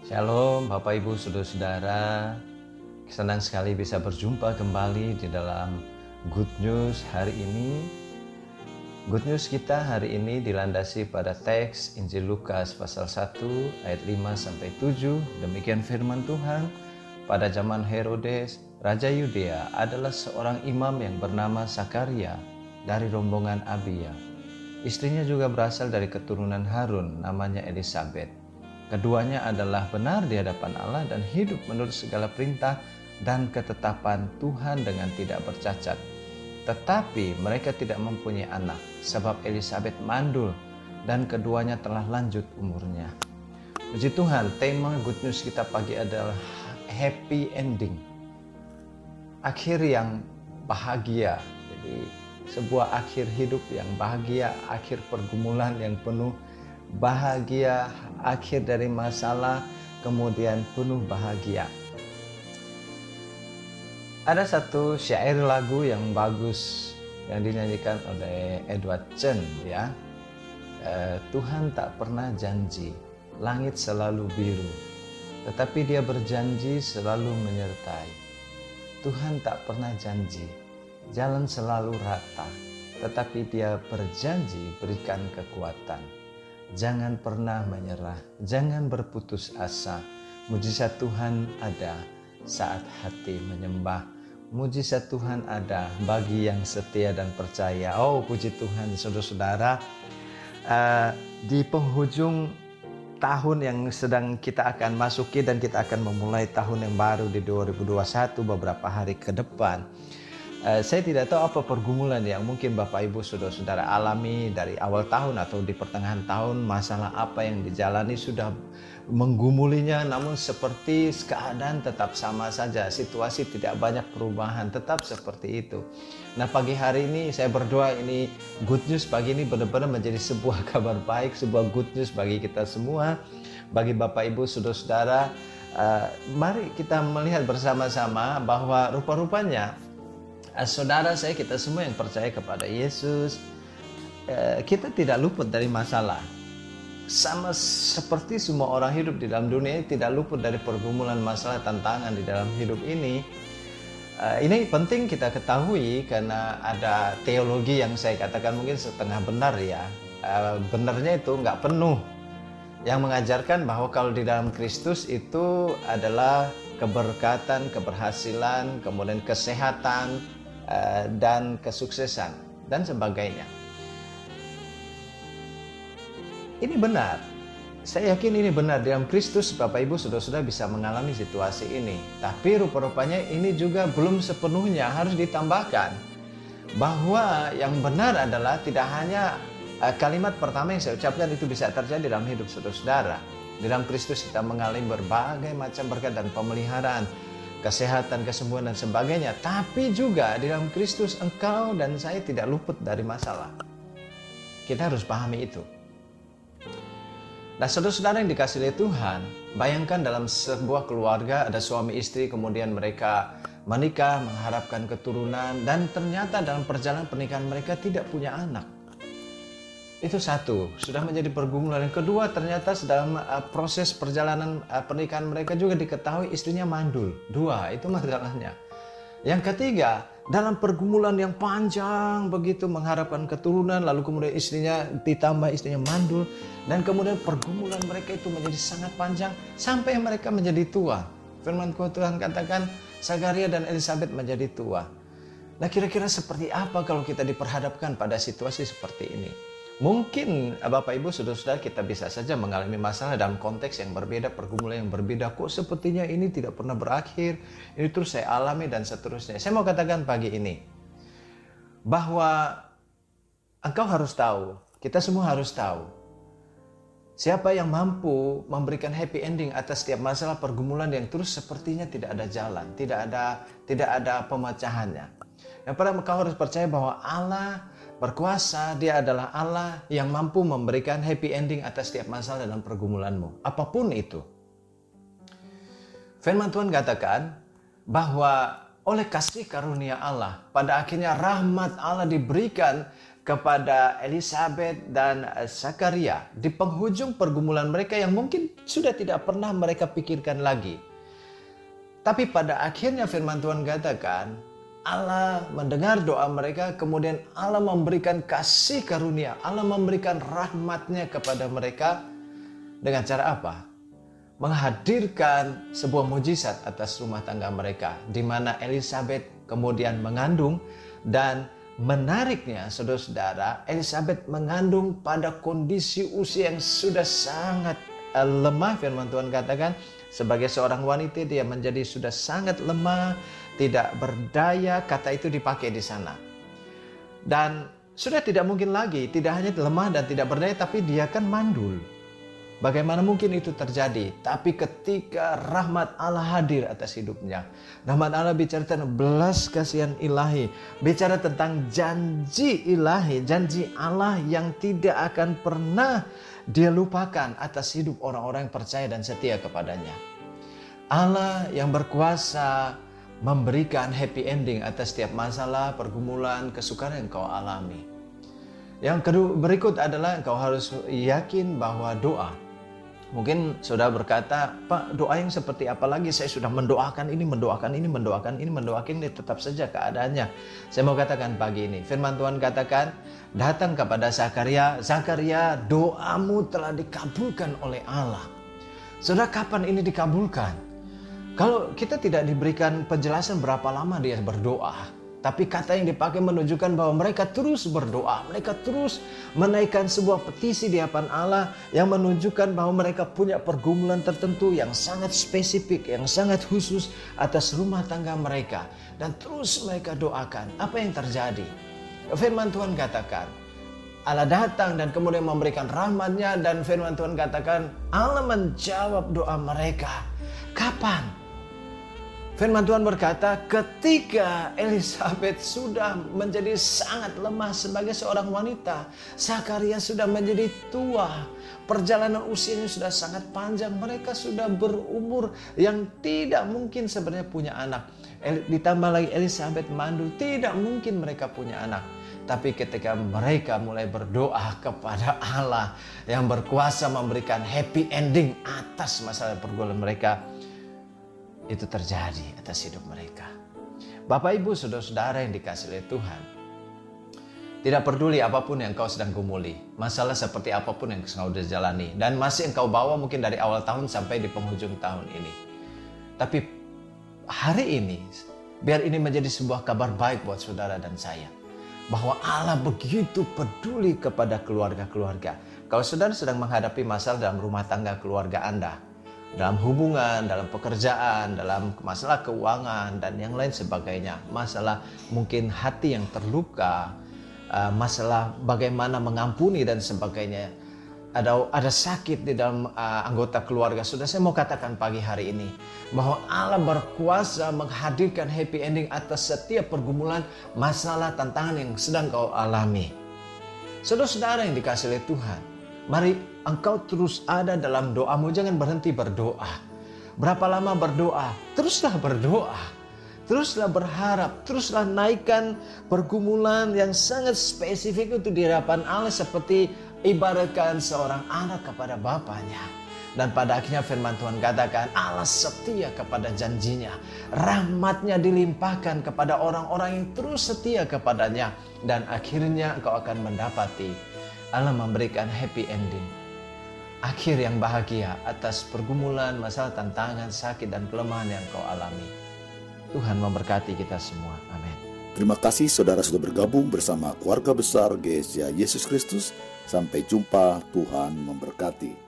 Shalom Bapak Ibu Saudara-saudara, senang sekali bisa berjumpa kembali di dalam Good News hari ini. Good News kita hari ini dilandasi pada teks Injil Lukas pasal 1 ayat 5-7. Demikian firman Tuhan, pada zaman Herodes, Raja Yudea adalah seorang imam yang bernama Sakaria dari rombongan Abia. Istrinya juga berasal dari keturunan Harun, namanya Elisabet. Keduanya adalah benar di hadapan Allah dan hidup menurut segala perintah dan ketetapan Tuhan dengan tidak bercacat. Tetapi mereka tidak mempunyai anak, sebab Elisabet mandul dan keduanya telah lanjut umurnya. Puji Tuhan, tema Good News kita pagi adalah happy ending. Akhir yang bahagia. Jadi sebuah akhir hidup yang bahagia, akhir pergumulan yang penuh bahagia, akhir dari masalah, kemudian penuh bahagia. Ada satu syair lagu yang bagus yang dinyanyikan oleh Edward Chen, ya. Tuhan tak pernah janji, langit selalu biru, tetapi Dia berjanji selalu menyertai. Tuhan tak pernah janji, jalan selalu rata, tetapi Dia berjanji berikan kekuatan. Jangan pernah menyerah, jangan berputus asa. Mujizat Tuhan ada saat hati menyembah. Mujizat Tuhan ada bagi yang setia dan percaya. Oh, puji Tuhan, saudara-saudara. Di penghujung tahun yang sedang kita akan masuki dan kita akan memulai tahun yang baru di 2021 beberapa hari ke depan. Saya tidak tahu apa pergumulan yang mungkin Bapak Ibu Saudara-saudara alami dari awal tahun atau di pertengahan tahun, masalah apa yang dijalani sudah menggumulinya, namun seperti keadaan tetap sama saja, situasi tidak banyak perubahan, tetap seperti itu. Nah, pagi hari ini saya berdoa ini good news pagi ini benar-benar menjadi sebuah kabar baik, sebuah good news bagi kita semua, bagi Bapak Ibu Saudara-saudara. Mari kita melihat bersama-sama bahwa rupa-rupanya saudara saya, kita semua yang percaya kepada Yesus, kita tidak luput dari masalah. Sama seperti semua orang hidup di dalam dunia ini tidak luput dari pergumulan, masalah, tantangan di dalam hidup ini. Ini penting kita ketahui karena ada teologi yang saya katakan mungkin setengah benar, ya. Benarnya itu nggak penuh. Yang mengajarkan bahwa kalau di dalam Kristus itu adalah keberkatan, keberhasilan, kemudian kesehatan, dan kesuksesan dan sebagainya. Ini benar. Saya yakin ini benar. Dalam Kristus Bapak Ibu Saudara-saudara bisa mengalami situasi ini. Tapi rupa-rupanya ini juga belum sepenuhnya, harus ditambahkan bahwa yang benar adalah tidak hanya kalimat pertama yang saya ucapkan itu bisa terjadi dalam hidup saudara-saudara. Di dalam Kristus kita mengalami berbagai macam berkat dan pemeliharaan, kesehatan, kesembuhan, dan sebagainya. Tapi juga di dalam Kristus engkau dan saya tidak luput dari masalah. Kita harus pahami itu. Nah, saudara-saudara yang dikasihi oleh Tuhan, bayangkan dalam sebuah keluarga ada suami istri, kemudian mereka menikah, mengharapkan keturunan, dan ternyata dalam perjalanan pernikahan mereka tidak punya anak. Itu satu, sudah menjadi pergumulan. Yang kedua, ternyata dalam proses perjalanan pernikahan mereka juga diketahui istrinya mandul. Dua, itu masalahnya. Yang ketiga, dalam pergumulan yang panjang begitu mengharapkan keturunan, lalu kemudian ditambah istrinya mandul, dan kemudian pergumulan mereka itu menjadi sangat panjang sampai mereka menjadi tua. Firman Tuhan katakan Sakaria dan Elisabet menjadi tua. Nah, kira-kira seperti apa kalau kita diperhadapkan pada situasi seperti ini? Mungkin Bapak Ibu Saudara-saudara kita bisa saja mengalami masalah dalam konteks yang berbeda, pergumulan yang berbeda. Kok sepertinya ini tidak pernah berakhir, ini terus saya alami dan seterusnya. Saya mau katakan pagi ini bahwa engkau harus tahu, kita semua harus tahu, siapa yang mampu memberikan happy ending atas setiap masalah pergumulan yang terus sepertinya tidak ada jalan, tidak ada pemecahannya. Yang pertama, engkau harus percaya bahwa Allah berkuasa, Dia adalah Allah yang mampu memberikan happy ending atas setiap masalah dalam pergumulanmu, apapun itu. Firman Tuhan katakan bahwa oleh kasih karunia Allah, pada akhirnya rahmat Allah diberikan kepada Elisabet dan Zakaria di penghujung pergumulan mereka yang mungkin sudah tidak pernah mereka pikirkan lagi. Tapi pada akhirnya firman Tuhan katakan, Allah mendengar doa mereka, kemudian Allah memberikan kasih karunia, Allah memberikan rahmat-Nya kepada mereka dengan cara apa? Menghadirkan sebuah mujizat atas rumah tangga mereka, di mana Elisabet kemudian mengandung. Dan menariknya, saudara-saudara, Elisabet mengandung pada kondisi usia yang sudah sangat lemah. Firman Tuhan katakan, sebagai seorang wanita dia menjadi sudah sangat lemah, tidak berdaya. Kata itu dipakai di sana. Dan sudah tidak mungkin lagi, tidak hanya lemah dan tidak berdaya, tapi dia kan mandul. Bagaimana mungkin itu terjadi? Tapi ketika rahmat Allah hadir atas hidupnya, rahmat Allah bicara tentang belas kasihan ilahi, bicara tentang janji ilahi, janji Allah yang tidak akan pernah dia lupakan atas hidup orang-orang yang percaya dan setia kepadanya. Allah yang berkuasa memberikan happy ending atas setiap masalah, pergumulan, kesukaran yang kau alami. Yang kedua, berikut adalah engkau harus yakin bahwa doa. Mungkin saudara berkata, Pak, doa yang seperti apa lagi? Saya sudah mendoakan ini, mendoakan ini, tetap saja keadaannya. Saya mau katakan pagi ini, firman Tuhan katakan, datang kepada Zakaria, Zakaria, doamu telah dikabulkan oleh Allah. Saudara, kapan ini dikabulkan? Kalau kita tidak diberikan penjelasan berapa lama dia berdoa, tapi kata yang dipakai menunjukkan bahwa mereka terus berdoa. Mereka terus menaikkan sebuah petisi di hadapan Allah yang menunjukkan bahwa mereka punya pergumulan tertentu yang sangat spesifik, yang sangat khusus atas rumah tangga mereka. Dan terus mereka doakan. Apa yang terjadi? Firman Tuhan katakan, Allah datang dan kemudian memberikan rahmat-Nya, dan firman Tuhan katakan, Allah menjawab doa mereka. Kapan? Firman Tuhan berkata, ketika Elisabet sudah menjadi sangat lemah sebagai seorang wanita, Zakaria sudah menjadi tua, perjalanan usianya sudah sangat panjang, mereka sudah berumur yang tidak mungkin sebenarnya punya anak. Ditambah lagi Elisabet mandul, tidak mungkin mereka punya anak. Tapi ketika mereka mulai berdoa kepada Allah yang berkuasa memberikan happy ending atas masalah pergumulan mereka, itu terjadi atas hidup mereka. Bapak, Ibu, saudara-saudara yang dikasihi oleh Tuhan, tidak peduli apapun yang engkau sedang gumuli, masalah seperti apapun yang engkau sudah jalani, dan masih engkau bawa mungkin dari awal tahun sampai di penghujung tahun ini. Tapi hari ini, biar ini menjadi sebuah kabar baik buat saudara dan saya, bahwa Allah begitu peduli kepada keluarga-keluarga. Kalau saudara sedang menghadapi masalah dalam rumah tangga keluarga Anda, dalam hubungan, dalam pekerjaan, dalam masalah keuangan, dan yang lain sebagainya. Masalah mungkin hati yang terluka, masalah bagaimana mengampuni dan sebagainya. Ada sakit di dalam anggota keluarga. Sudah saya mau katakan pagi hari ini, bahwa Allah berkuasa menghadirkan happy ending atas setiap pergumulan, masalah, tantangan yang sedang kau alami. Saudara-saudara yang dikasihi oleh Tuhan, mari engkau terus ada dalam doamu, jangan berhenti berdoa. Berapa lama berdoa? Teruslah berdoa. Teruslah berharap, teruslah naikkan pergumulan yang sangat spesifik itu di hadapan Allah, seperti ibaratkan seorang anak kepada bapaknya. Dan pada akhirnya firman Tuhan katakan, Allah setia kepada janjinya. Rahmat-Nya dilimpahkan kepada orang-orang yang terus setia kepadanya. Dan akhirnya engkau akan mendapati Allah memberikan happy ending. Akhir yang bahagia atas pergumulan, masalah, tantangan, sakit, dan kelemahan yang kau alami. Tuhan memberkati kita semua. Amin. Terima kasih saudara sudah bergabung bersama keluarga besar GSJ Yesus Kristus. Sampai jumpa, Tuhan memberkati.